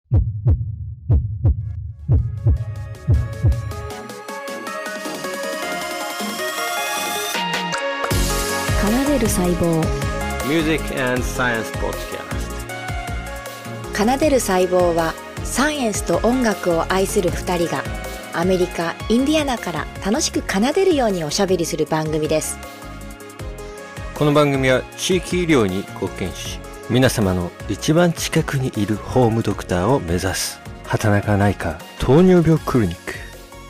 奏でる細胞 Music and Science Podcast。 奏でる細胞はサイエンスと音楽を愛する2人がアメリカ・インディアナから楽しく奏でるようにおしゃべりする番組です。 この番組は地域医療に貢献し、皆様の一番近くにいるホームドクターを目指す畑中内科糖尿病クリニック、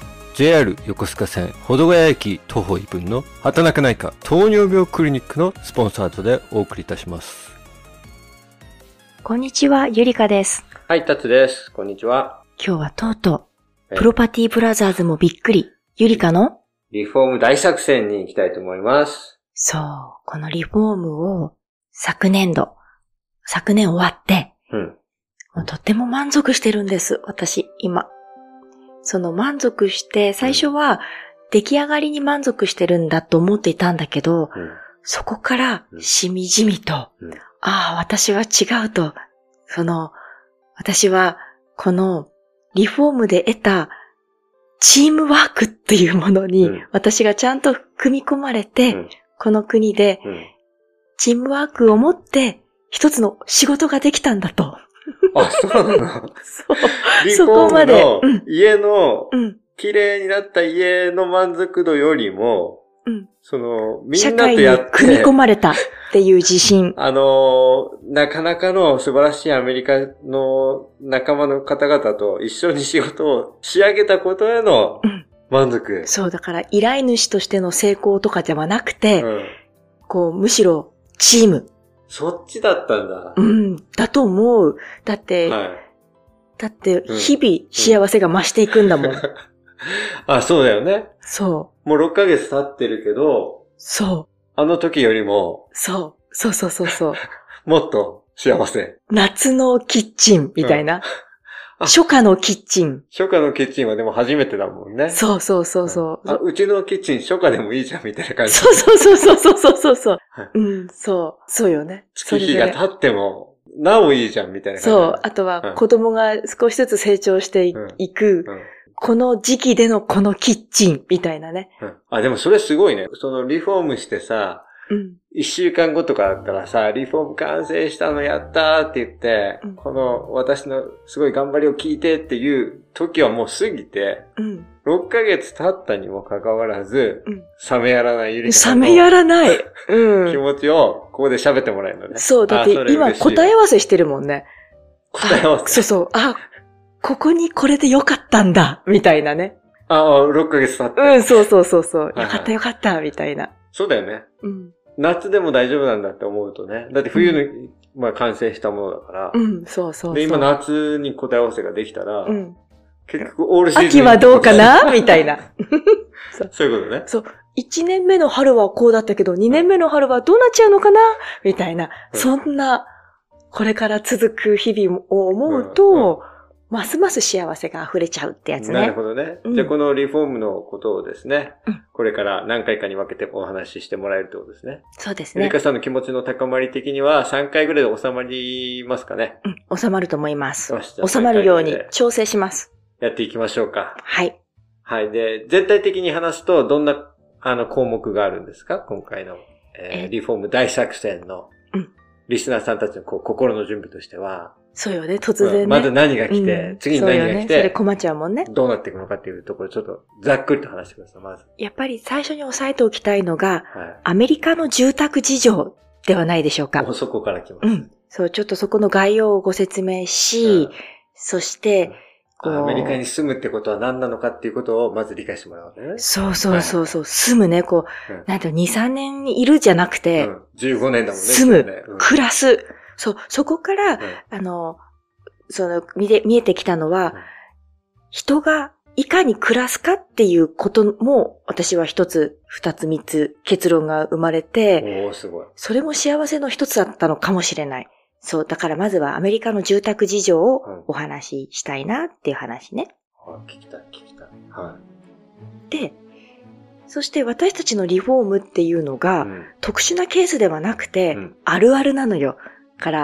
JR 横須賀線保土ヶ谷駅徒歩1分の畑中内科糖尿病クリニックのスポンサードでお送りいたします。 こんにちは、ゆりかです。 はい、タツです。こんにちは。 今日はとうとうプロパティブラザーズもびっくり、ゆりかのリフォーム大作戦に行きたいと思います。 そう、このリフォームを昨年終わって、もうとっても満足してるんです、私、今。その満足して、最初は出来上がりに満足してるんだと思っていたんだけど、そこからしみじみと、ああ、私は違うと、私はこのリフォームで得たチームワークっていうものに、私がちゃんと組み込まれて、この国でチームワークを持って一つの仕事ができたんだと。 あ、そうなの。 そう。 リフォームの家の、綺麗になった家の満足度よりも、みんなとやって、 社会に組み込まれたっていう自信。 なかなかの素晴らしいアメリカの仲間の方々と一緒に仕事を仕上げたことへの満足。 そう、だから依頼主としての成功とかではなくて、むしろチーム。 そっちだったんだ。 だと思う。だって、日々幸せが増していくんだもん。 あ、そうだよね。 そう。 もう6ヶ月経ってるけど、 そう。 あの時よりも、 そう。 もっと幸せ。 夏のキッチンみたいな。初夏のキッチン。 初夏のキッチンはでも初めてだもんね。 そう。 うちのキッチン初夏でもいいじゃんみたいな感じ。 そう。そうよね。 月日が経っても、なおいいじゃんみたいな感じ。 そう。あとは子供が少しずつ成長していく。この時期でのこのキッチンみたいなね。 あ、でもそれすごいね。リフォームしてさ、1週間後とかだったらさ、リフォーム完成したのやったーって言って、この私のすごい頑張りを聞いてっていう時はもう過ぎて、6ヶ月経ったにもかかわらず、冷めやらないゆりかの冷めやらない。 気持ちをここで喋ってもらえるのね。 そう、だって今答え合わせしてるもんね。 答え合わせ。 そう。ここにこれでよかったんだ、みたいなね。 6ヶ月経って。 そう。よかった、みたいな。 そうだよね。夏でも大丈夫なんだって思うとね。だって冬に、完成したものだから。 そう。 で、今夏に答え合わせができたら、結局オールシーズン。 秋はどうかなみたいな。 そういうことね。 そう。1年目の春はこうだったけど、2年目の春はどうなっちゃうのかなみたいな。そんな、これから続く日々を思うと、ますます幸せが溢れちゃうってやつね。 なるほどね。じゃあこのリフォームのことをですね、これから何回かに分けてお話ししてもらえるってことですね。 そうですね。 ゆりかさんの気持ちの高まり的には3回ぐらいで収まりますかね。 収まると思います。収まるように調整します。 やっていきましょうか。 はい。 はい。で、全体的に話すとどんな項目があるんですか？今回の、リフォーム大作戦のリスナーさんたちの心の準備としては。 そうよね、突然ね。 まず何が来て、次に何が来て、 それ困っちゃうもんね。 どうなっていくのかっていうところちょっとざっくりと話してください、まず。 やっぱり最初に押さえておきたいのが、アメリカの住宅事情ではないでしょうか。 そこから来ます。 そう、ちょっとそこの概要をご説明し、そして、 アメリカに住むってことは何なのかっていうことをまず理解してもらうね。 そう。住むね、なんて2、3年いるじゃなくて、 15年だもんね。 住む、暮らす。そう、そこから、見えてきたのは、人がいかに暮らすかっていうことも、私は一つ、二つ、三つ結論が生まれて、 すごい。 それも幸せの一つだったのかもしれない。そう、だからまずはアメリカの住宅事情をお話ししたいなっていう話ね。 聞きたい。はい。 で、そして私たちのリフォームっていうのが、特殊なケースではなくて、あるあるなのよ。から、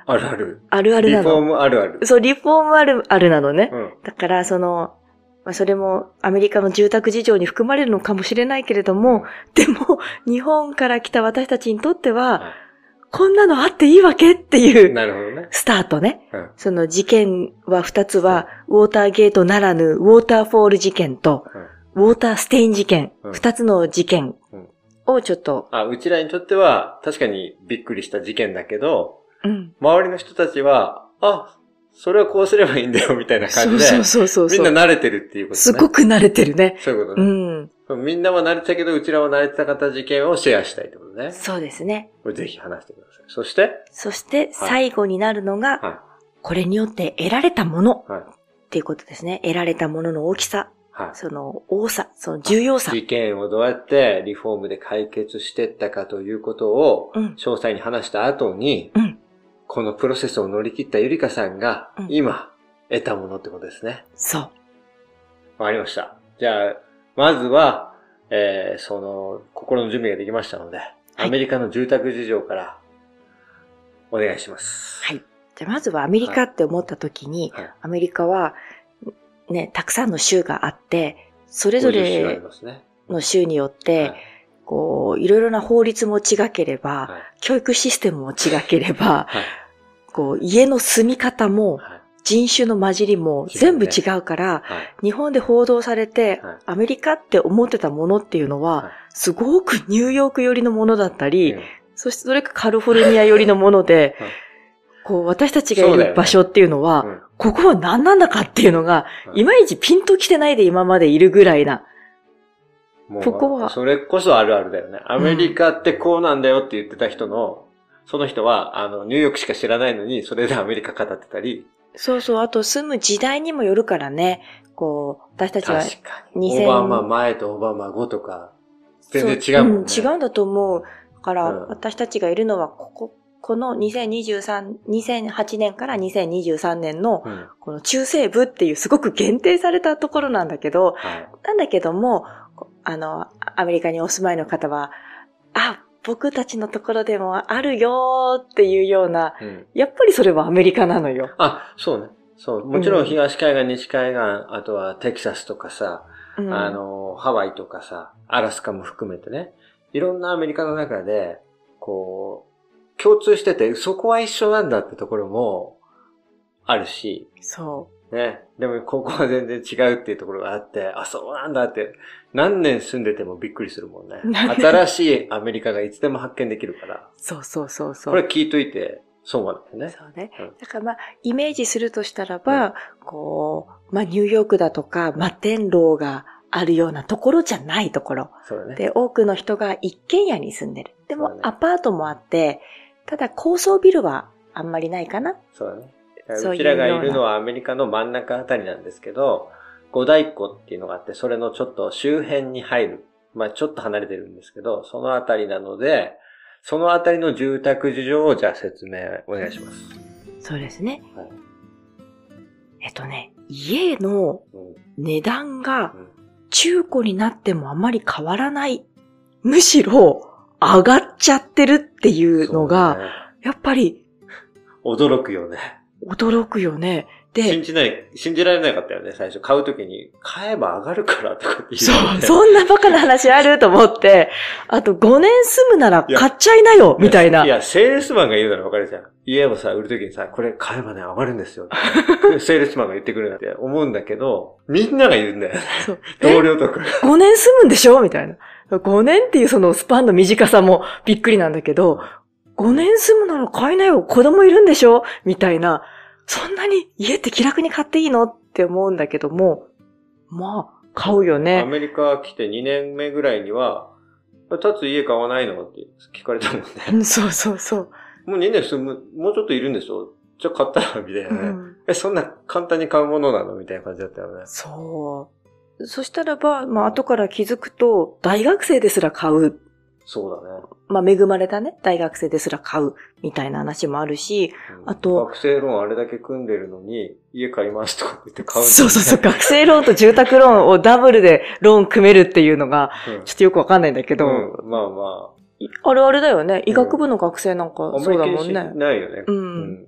あるある。 あるあるなの。 リフォームあるある。 そう、リフォームあるあるなのね。 うん。 だから、まあ、それもアメリカの住宅事情に含まれるのかもしれないけれども、でも、日本から来た私たちにとっては、こんなのあっていいわけっていう、 なるほどね。 スタートね。 うん、 その事件は2つは、ウォーターゲートならぬウォーターフォール事件と、ウォーターステイン事件、2つの事件をちょっと。 うちらにとっては確かにびっくりした事件だけど、周りの人たちは、それはこうすればいいんだよみたいな感じで、みんな慣れてるっていうことね。 すごく慣れてるね。 そういうことね。みんなは慣れてたけど、うちらは慣れてた方事件をシェアしたいってことね。 そうですね。 これぜひ話してください。そして、 最後になるのが、これによって得られたものっていうことですね。得られたものの大きさ。その多さ、その重要さ。 事件をどうやってリフォームで解決していったかということを、詳細に話した後に、このプロセスを乗り切ったゆりかさんが、今、得たものってことですね。 そう。 わかりました。じゃあ、まずは、心の準備ができましたので、アメリカの住宅事情から、お願いします。 はい。じゃあ、まずはアメリカって思った時に、アメリカは、ね、たくさんの州があって、それぞれの州によって、こう、いろいろな法律も違ければ、教育システムも違ければ、こう、家の住み方も、人種の混じりも全部違うから、日本で報道されて、アメリカって思ってたものっていうのは、すごくニューヨーク寄りのものだったり、そしてそれかカリフォルニア寄りのもので、こう、私たちがいる場所っていうのは、ここは何なんだかっていうのが、いまいちピンときてないで今までいるぐらいな。 ここは。それこそあるあるだよね。アメリカってこうなんだよって言ってた人の、その人は、ニューヨークしか知らないのに、それでアメリカ語ってたり。 そうそう、あと住む時代にもよるからね。こう、私たちは確かに。オバマ前とオバマ後とか、全然違うもんね。 違うんだと思う。だから、私たちがいるのは、この2008年から2023年の、この中西部っていうすごく限定されたところなんだけど、なんだけども、アメリカにお住まいの方は、僕たちのところでもあるよっていうような、やっぱりそれはアメリカなのよ。 そうね。そう。もちろん東海岸、西海岸、あとはテキサスとかさ、ハワイとかさ、アラスカも含めてね、いろんなアメリカの中で、こう、共通してて、そこは一緒なんだってところもあるし。 そう。 ね。でも、ここは全然違うっていうところがあって、そうなんだって、何年住んでてもびっくりするもんね。新しいアメリカがいつでも発見できるから。 そう。 これ聞いといて、そうなんだよね。 そうね。だからイメージするとしたらば、こう、ニューヨークだとか、摩天楼があるようなところじゃないところ。 そうだね。 で、多くの人が一軒家に住んでる。でも、アパートもあって、ただ高層ビルはあんまりないかな。 そうだね。うちらがいるのはアメリカの真ん中あたりなんですけど、五大湖っていうのがあって、それのちょっと周辺に入る。ちょっと離れてるんですけど、そのあたりなので、そのあたりの住宅事情をじゃあ説明お願いします。 そうですね。家の値段が中古になってもあまり変わらない。むしろ上がっちゃってるっていうのが、やっぱり驚くよね。 驚くよね。で、 信じられなかったよね、最初。買うときに、買えば上がるからとかって言う、ね。 そんなバカな話あると思って、あと5年住むなら買っちゃいなよ、みたいな。 いや、セールスマンが言うならわかるじゃん。家をさ、売るときにさ、これ買えばね、上がるんですよ。セールスマンが言ってくるなって思うんだけど、みんなが言うんだよね。同僚とか。 5年住むんでしょみたいな。5年っていうそのスパンの短さもびっくりなんだけど、5年住むなら買いなよ、子供いるんでしょみたいな。そんなに家って気楽に買っていいのって思うんだけども、買うよね。 アメリカ来て2年目ぐらいには、建つ家買わないのって聞かれたもんね。 そう。 もう2年住む、もうちょっといるんでしょじゃあ買ったらみたいなね。そんな簡単に買うものなのみたいな感じだったよね。 そう。そしたらば、後から気づくと、大学生ですら買う。 そうだね。恵まれたね、大学生ですら買う、みたいな話もあるし、あと、 学生ローンあれだけ組んでるのに、家買いますとか言って買うんだよね。そう、学生ローンと住宅ローンをダブルでローン組めるっていうのが、ちょっとよくわかんないんだけど、 あるあるだよね。医学部の学生なんかそうだもんね。 ないよね。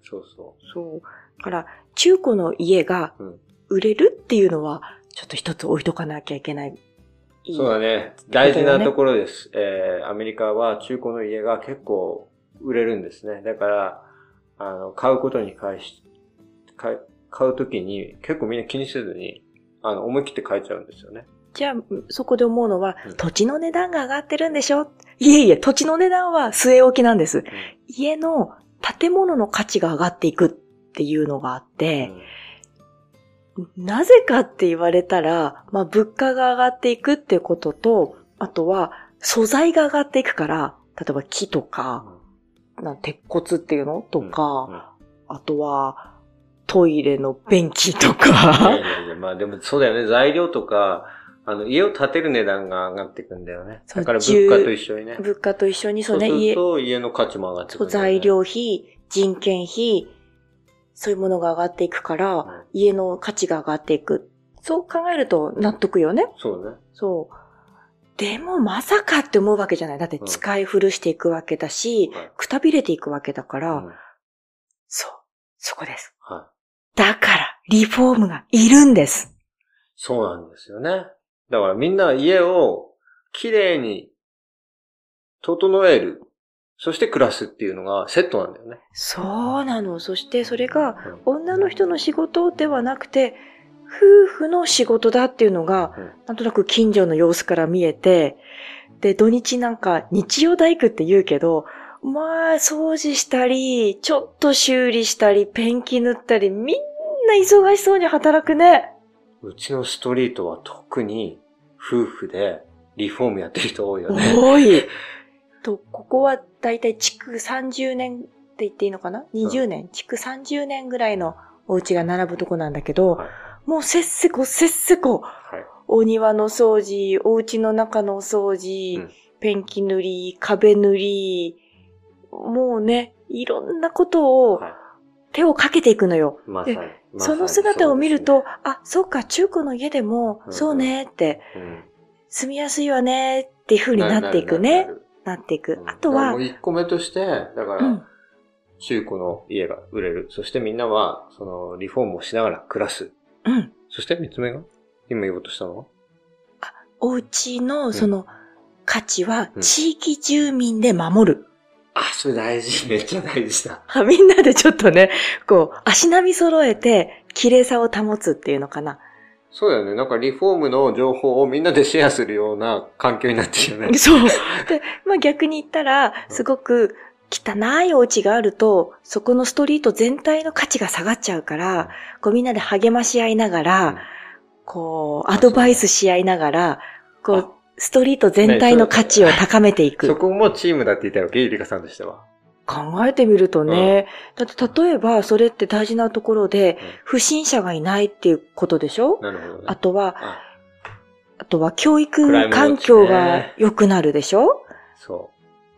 そうそう。 そう。だから、中古の家が売れるっていうのは、ちょっと一つ置いとかなきゃいけない。 そうだね。大事なところです。アメリカは中古の家が結構売れるんですね。だから、買うことに買うときに結構みんな気にせずに、思い切って買えちゃうんですよね。 じゃあ、そこで思うのは、土地の値段が上がってるんでしょ？いえいえ、土地の値段は据え置きなんです。家の建物の価値が上がっていくっていうのがあって、なぜかって言われたら、まあ物価が上がっていくってことと、あとは素材が上がっていくから、例えば木とか、鉄骨っていうのとか、あとはトイレの便器とか。 いや、まあでもそうだよね。材料とか、家を建てる値段が上がっていくんだよね。だから物価と一緒にね。 物価と一緒にそうね。そうすると家の価値も上がっていくんだよね。 そう、材料費、人件費、そういうものが上がっていくから、家の価値が上がっていく。そう考えると納得よね。 そうね。 そう。でもまさかって思うわけじゃない。だって使い古していくわけだし、くたびれていくわけだから、そう。そこです。だから、リフォームがいるんです。 そうなんですよね。だからみんな家をきれいに整える。そして暮らすっていうのがセットなんだよね。 そうなの。そしてそれが女の人の仕事ではなくて、夫婦の仕事だっていうのが、なんとなく近所の様子から見えて、で、土日なんか日曜大工って言うけど、まあ、掃除したり、ちょっと修理したり、ペンキ塗ったり、みんな忙しそうに働くね。 うちのストリートは特に夫婦でリフォームやってる人多いよね。 多い。ここはだいたい築30年って言っていいのかな ?20 年、築30年ぐらいのお家が並ぶとこなんだけど、もうせっせこ、お庭の掃除、お家の中の掃除、ペンキ塗り、壁塗り、もうね、いろんなことを手をかけていくのよ。でその姿を見ると、あ、そうか、中古の家でも、そうねって、住みやすいわねっていう風になっていくね。なっていく。あとは、 もう1個目として、だから、中古の家が売れる。そしてみんなは、その、リフォームをしながら暮らす。そして3つ目が今言おうとしたのはお家のその価値は地域住民で守る。 それ大事。めっちゃ大事だ。 みんなでちょっとね、こう、足並み揃えて、綺麗さを保つっていうのかな。 そうだよね。なんかリフォームの情報をみんなでシェアするような環境になってるよね。 そう。で、まあ逆に言ったら、すごく汚いお家があると、そこのストリート全体の価値が下がっちゃうから、こうみんなで励まし合いながら、こう、アドバイスし合いながら、こう、ストリート全体の価値を高めていく。 そこもチームだって言ったわけ、ゆりかさんとしては。 考えてみるとね、だって例えばそれって大事なところで、不審者がいないっていうことでしょ？ なるほどね。 あとは教育環境が良くなるでしょ？ そう。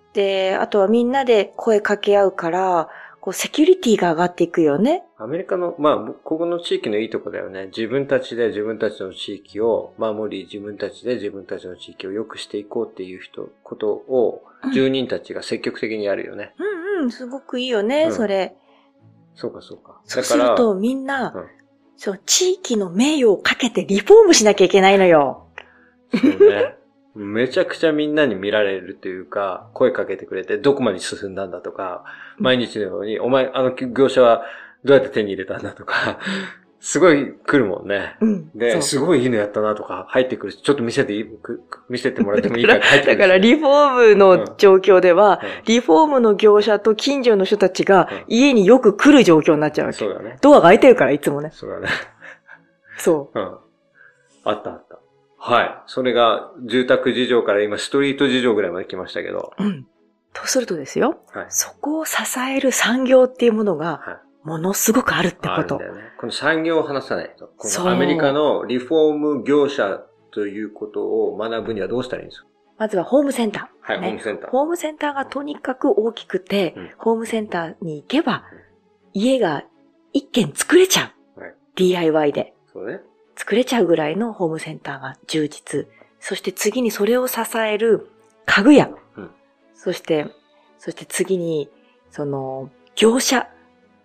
で、あとはみんなで声かけ合うから、こうセキュリティが上がっていくよね。 アメリカの、まあ、ここの地域のいいとこだよね。自分たちで自分たちの地域を守り、自分たちで自分たちの地域を良くしていこうっていうことを、住人たちが積極的にやるよね。 すごくいいよね、それ。 そうか、そうか。 そうするとみんな、そう、地域の名誉をかけてリフォームしなきゃいけないのよ。 そうね。めちゃくちゃみんなに見られるというか、声かけてくれて、どこまで進んだんだとか、毎日のように、お前、業者はどうやって手に入れたんだとか、すごい来るもんね。で、すごいいいのやったなとか、入ってくるし、ちょっと見せてもらってもいいかって入ってくるし、 だからリフォームの状況では、リフォームの業者と近所の人たちが家によく来る状況になっちゃうわけ。 そうだね。 ドアが開いてるから、いつもね。 そうだね。 そう。 あった。はい。それが住宅事情から今ストリート事情ぐらいまで来ましたけど。 とするとですよ。そこを支える産業っていうものが、ものすごくあるってこと。あるんだよね。この産業を話さないと。このアメリカのリフォーム業者ということを学ぶにはどうしたらいいんですか？ まずはホームセンター。 はい、ホームセンター。 ホームセンターがとにかく大きくて、ホームセンターに行けば、家が一軒作れちゃう。DIY で。 そうね。 作れちゃうぐらいのホームセンターが充実。そして次にそれを支える家具屋。そして次に、業者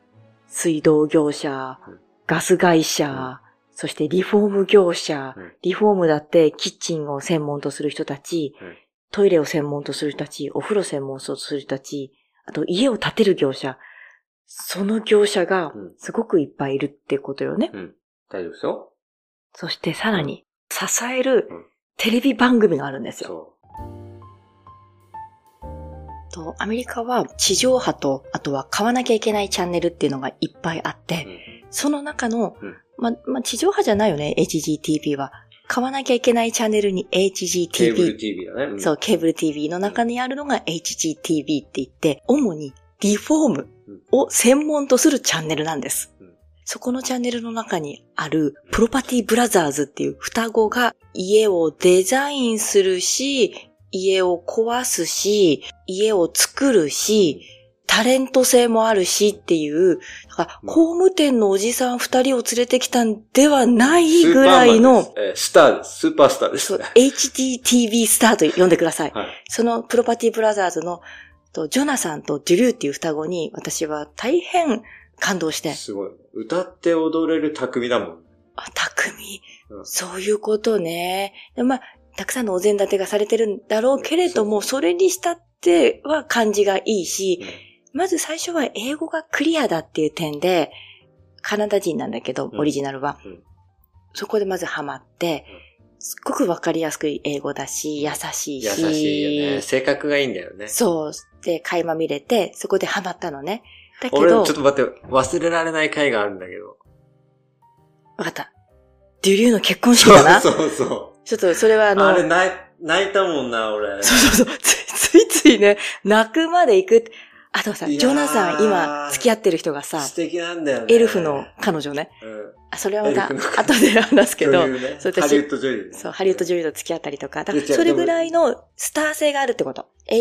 水道業者、ガス会社、そしてリフォーム業者、リフォームだってキッチンを専門とする人たち、トイレを専門とする人たち、お風呂専門とする人たち、あと家を建てる業者、その業者がすごくいっぱいいるってことよね。 大丈夫ですよ。 そしてさらに、支えるテレビ番組があるんですよ。アメリカは地上波と、あとは買わなきゃいけないチャンネルっていうのがいっぱいあって、その中の、地上波じゃないよね、HGTV は。買わなきゃいけないチャンネルに HGTV。 ケーブル TV だね。 そう、ケーブル TV の中にあるのが HGTV って言って、主にリフォームを専門とするチャンネルなんです。そこのチャンネルの中にあるプロパティブラザーズっていう双子が家をデザインするし、家を壊すし、家を作るし、タレント性もあるしっていう、だから工務店のおじさん2人を連れてきたんではないぐらいの、 スターです。スーパースターです。 そう、HGTV スターと呼んでください。そのプロパティブラザーズのジョナサンとデュリューっていう双子に私は大変感動して。 すごい。歌って踊れる匠だもん。 匠。そういうことね。たくさんのお膳立てがされてるんだろうけれども、それにしたっては感じがいいし、まず最初は英語がクリアだっていう点で、カナダ人なんだけど、オリジナルは。そこでまずハマって、すっごくわかりやすく英語だし、優しいし。 優しいよね。性格がいいんだよね。 そう。で、垣間見れて、そこでハマったのね。だけど。 俺、ちょっと待って、忘れられない回があるんだけど。 わかった。デュリューの結婚式だな。 そう。 ちょっと、それはあれ、泣いたもんな、俺。 そう。ついついね、泣くまで行く。あとさ、ジョナサン今付き合ってる人がさ、 素敵なんだよね。 エルフの彼女ね。それはまた後で話すけど、 ハリウッド女優。 そう、ハリウッド女優と付き合ったりとか、それぐらいのスター性があるってこと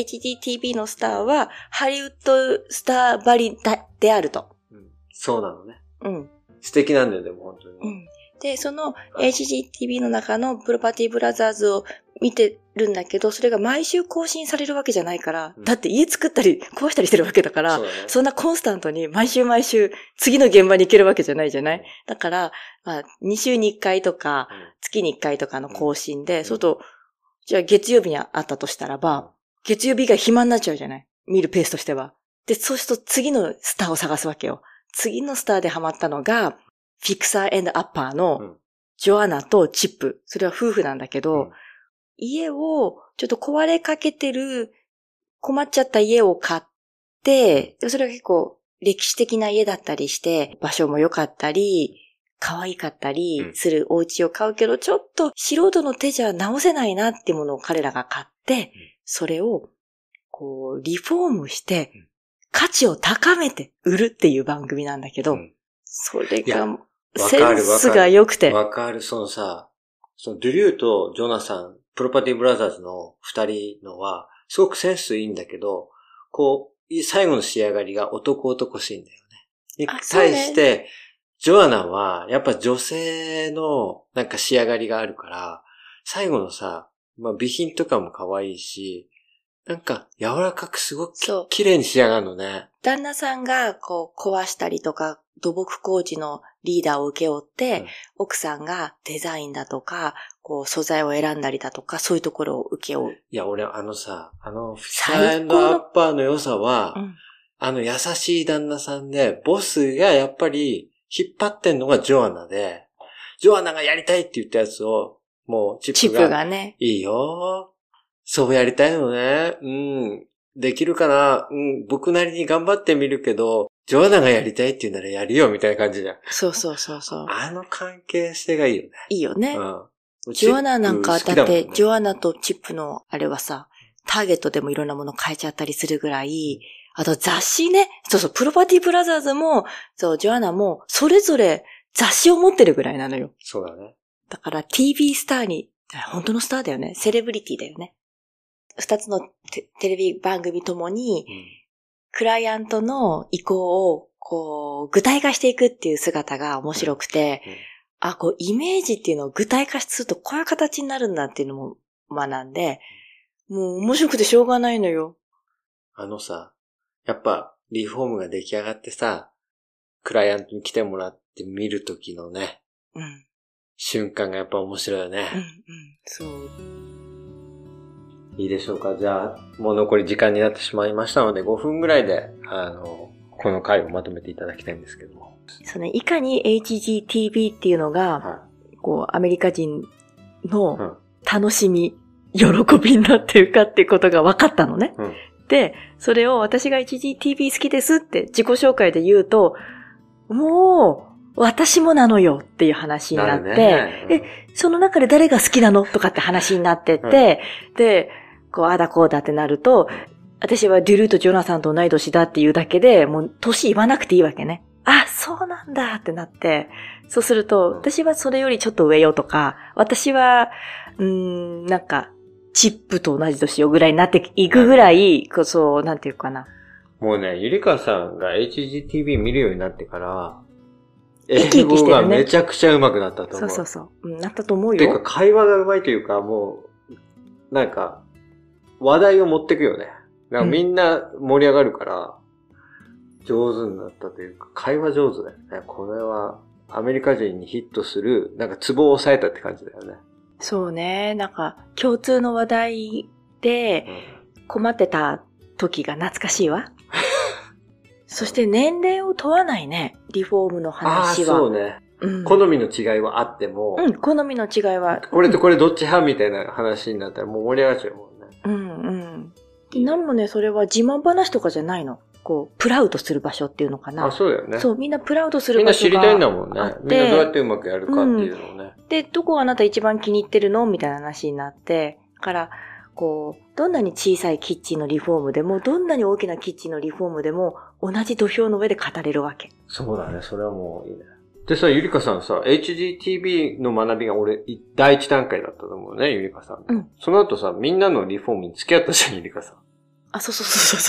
。HGTV のスターはハリウッドスターばりであると。 そうなのね。素敵なんだよ、でも本当に。 で、その HGTV の中のプロパティブラザーズを見てるんだけど、それが毎週更新されるわけじじゃないから、だって家作ったり壊したりしてるわけだから、そんなコンスタントに毎週次の現場に行けるわけじゃないじゃない？だから、2週に1回とか、月に1回とかの更新で、そうすると、じゃあ月曜日にあったとしたらば、月曜日が暇になっちゃうじゃない？見るペースとしては。で、そうすると次のスターを探すわけよ。次のスターでハマったのが、フィクサー&アッパーのジョアナとチップ。それは夫婦なんだけど、家をちょっと壊れかけてる、困っちゃった家を買って、それは結構歴史的な家だったりして、場所も良かったり、可愛かったりするお家を買うけど、ちょっと素人の手じゃ直せないなっていうものを彼らが買って、それをこうリフォームして、価値を高めて売るっていう番組なんだけど、それがセンスが良くて。 わかる、そのドゥリューとジョナサン、プロパティブラザーズの二人のは、すごくセンスいいんだけど、こう、最後の仕上がりが男しいんだよね。に対して、ジョアナは、やっぱ女性のなんか仕上がりがあるから、最後の備品とかも可愛いし、なんか柔らかくすごく綺麗に仕上がるのね。 旦那さんがこう壊したりとか、土木工事のリーダーを受け負って、奥さんがデザインだとか、こう素材を選んだりだとか、そういうところを受け負う。 いや、俺フィサー&アッパーの良さは、優しい旦那さんで、ボスがやっぱり引っ張ってんのがジョアナで、ジョアナがやりたいって言ったやつを、もうチップがね、いいよ。そうやりたいのね。できるかな？僕なりに頑張ってみるけど、ジョアナがやりたいって言うならやるよみたいな感じじゃん。 そう。 あの関係性がいいよね。 いいよね。ジョアナなんか、だって、ジョアナとチップのあれはさ、ターゲットでもいろんなもの変えちゃったりするぐらい、あと雑誌ね。プロパティブラザーズも、ジョアナも、それぞれ雑誌を持ってるぐらいなのよ。 そうだね。 だから TV スターに、本当のスターだよね。セレブリティだよね。二つのテレビ番組ともに、クライアントの意向をこう具体化していくっていう姿が面白くて、こうイメージっていうのを具体化するとこういう形になるんだっていうのも学んで、もう面白くてしょうがないのよ。 やっぱリフォームが出来上がってさ、 クライアントに来てもらって見るときのね、 うん。 瞬間がやっぱ面白いよね。 そう。 いいでしょうか。じゃあ、もう残り時間になってしまいましたので、5分ぐらいで、この回をまとめていただきたいんですけども。 いかに HGTV っていうのが、アメリカ人の楽しみ、喜びになってるかっていうことが分かったのね。で、それを私が HGTV 好きですって自己紹介で言うと、もう、私もなのよっていう話になって、その中で誰が好きなのとかって話になってって、で、あだこうだってなると、私はデュルーとジョナサンと同い年だっていうだけで、もう年言わなくていいわけね。あ、そうなんだってなって、そうすると、私はそれよりちょっと上よとか、私は、なんか、チップと同じ年よぐらいになっていくぐらい、そう、なんていうかな。 もうね、ゆりかさんが HGTV 見るようになってから、英語がめちゃくちゃ上手くなったと思う。 そう。なったと思うよ。 てか、会話が上手いというか、もう、なんか、話題を持ってくよね。なんかみんな盛り上がるから、上手になったというか、会話上手だよね。これは、アメリカ人にヒットする、なんかツボを押さえたって感じだよね。 そうね。なんか、共通の話題で困ってた時が懐かしいわ。そして年齢を問わないね。リフォームの話は。 そうね。好みの違いはあっても。 好みの違いは。 これとこれどっち派みたいな話になったらもう盛り上がっちゃうもんね。 で、なんもね、それは自慢話とかじゃないの。プラウドする場所っていうのかな。 そうだよね。 そう、みんなプラウドする場所がみんな知りたいんだもんね。みんなどうやってうまくやるかっていうのをね。 で、どこがあなた一番気に入ってるのみたいな話になって、だから、どんなに小さいキッチンのリフォームでも、どんなに大きなキッチンのリフォームでも、同じ土俵の上で語れるわけ。 そうだね、それはもういいね。でさ、ゆりかさんさ、HGTV の学びが俺、第一段階だったと思うね、ゆりかさん。その後さ、みんなのリフォームに付き合ったじゃん、ゆりかさん。 そう。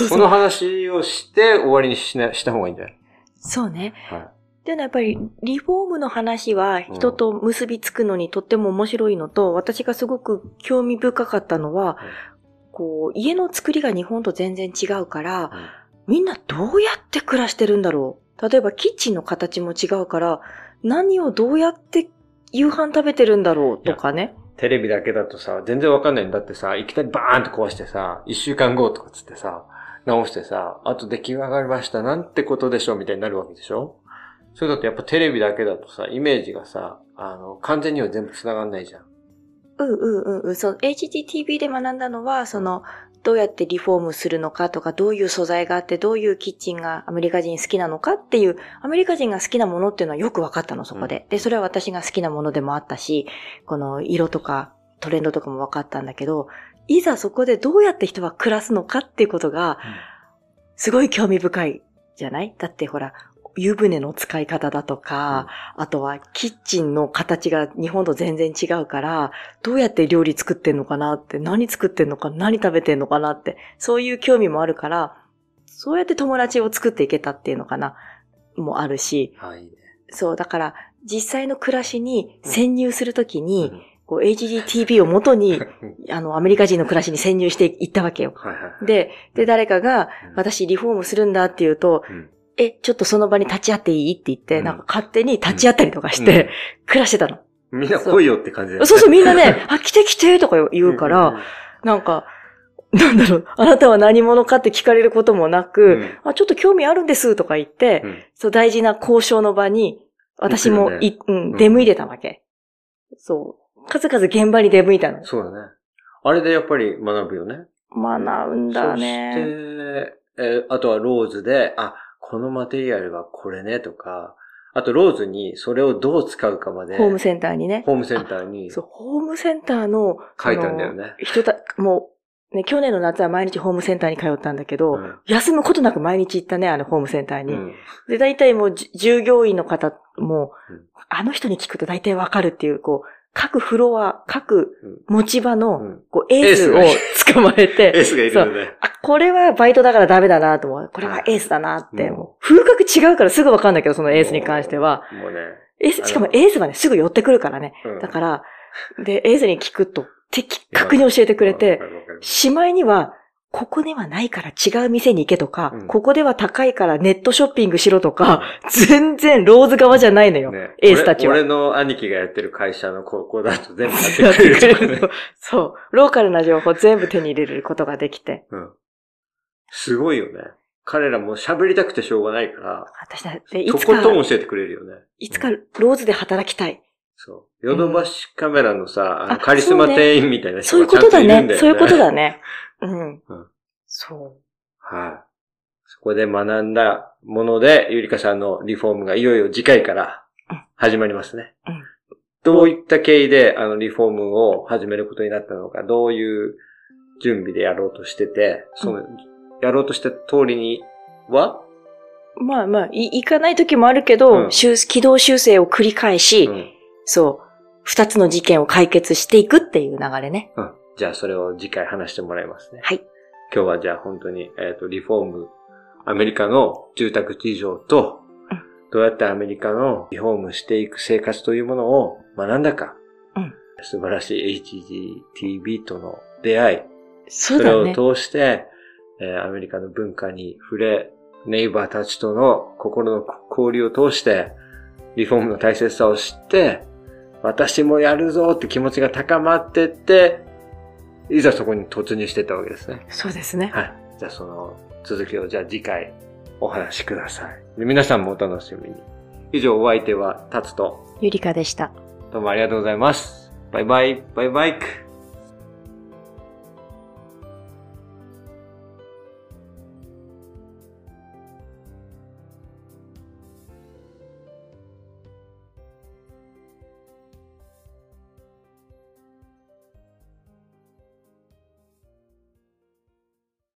この話をして終わりにした方がいいんじゃない？ そうね。でもやっぱりリフォームの話は人と結びつくのにとっても面白いのと、私がすごく興味深かったのは、家の作りが日本と全然違うから、みんなどうやって暮らしてるんだろう。例えばキッチンの形も違うから、何をどうやって夕飯食べてるんだろうとかね。 テレビだけだとさ、全然わかんないんだってさ、いきなりバーンと壊してさ、1週間後とかつってさ、直してさ、あと出来上がりました、なんてことでしょみたいになるわけでしょ？それだとやっぱテレビだけだとさ、イメージがさ、完全には全部繋がんないじゃん。 そう、HGTV で学んだのは、どうやってリフォームするのかとか、どういう素材があって、どういうキッチンがアメリカ人好きなのかっていう、アメリカ人が好きなものっていうのはよく分かったの、そこで。で、それは私が好きなものでもあったし、この色とかトレンドとかも分かったんだけど、いざそこでどうやって人は暮らすのかっていうことが、すごい興味深いじゃない？だってほら、湯船の使い方だとか、あとはキッチンの形が日本と全然違うから、どうやって料理作ってんのかなって、何作ってんのか、何食べてんのかなって、そういう興味もあるから、そうやって友達を作っていけたっていうのかな、もあるし、そう、だから実際の暮らしに潜入するときに、HGTV を元に、アメリカ人の暮らしに潜入していったわけよ。で、誰かが、私リフォームするんだって言うと、ちょっとその場に立ち会っていいって言って、なんか勝手に立ち会ったりとかして、暮らしてたの。 みんな来いよって感じだよね。 そう、みんなね、来てとか言うから、なんか、なんだろう、あなたは何者かって聞かれることもなく、ちょっと興味あるんですとか言って、そう大事な交渉の場に、私も出向いてたわけ。そう。数々現場に出向いたの。 そうだね。あれでやっぱり学ぶよね。 学んだね。 そして、あとはローズで、このマテリアルはこれねとか、あとローズにそれをどう使うかまで。 ホームセンターにね。 ホームセンターに。 そう、ホームセンターの。 書いたんだよね。 もう、ね、去年の夏は毎日ホームセンターに通ったんだけど、休むことなく毎日行ったね、ホームセンターに。で、大体もう従業員の方も、あの人に聞くと大体わかるっていう、各フロア、各持ち場の、エースを捕まえて、 エースがいるよね。 これはバイトだからダメだなと思う。これはエースだなって。もう風格違うからすぐわかんないけど、そのエースに関しては。 もうね。 しかもエースはね、すぐ寄ってくるからね。だから、で、エースに聞くと、的確に教えてくれて、しまいには、 ここではないから違う店に行けとか、ここでは高いからネットショッピングしろとか、全然ローズ側じゃないのよ。ね、エースたちは。 俺の兄貴がやってる会社のここだと全部やってくれるとかね。 そう。ローカルな情報全部手に入れることができて。 すごいよね。彼らも喋りたくてしょうがないから。 私だっていつか。とことん教えてくれるよね。 いつかローズで働きたい。 そう。ヨドバシカメラのさ、カリスマ店員みたいな人がちゃんといるんだよね。そういうことだね。そう。 はい。そこで学んだもので、ゆりかさんのリフォームがいよいよ次回から始まりますね。どういった経緯でリフォームを始めることになったのか、どういう準備でやろうとしてて、やろうとした通りにはまあ、いかない時もあるけど、軌道修正を繰り返し、そう、二つの事件を解決していくっていう流れね。 じゃあそれを次回話してもらいますね。 はい。 今日はじゃあ本当に、リフォーム、アメリカの住宅事情と、どうやってアメリカのリフォームしていく生活というものを学んだか。素晴らしい HGTV との出会い。 そうだね。 それを通して、アメリカの文化に触れ、ネイバーたちとの心の交流を通して、リフォームの大切さを知って、私もやるぞって気持ちが高まってって、いざそこに突入していったわけですね。 そうですね。 はい。じゃあその続きをじゃあ次回お話しください。で皆さんもお楽しみに。以上お相手はタツとゆりかでした。 どうもありがとうございます。バイバイ。バイバイ。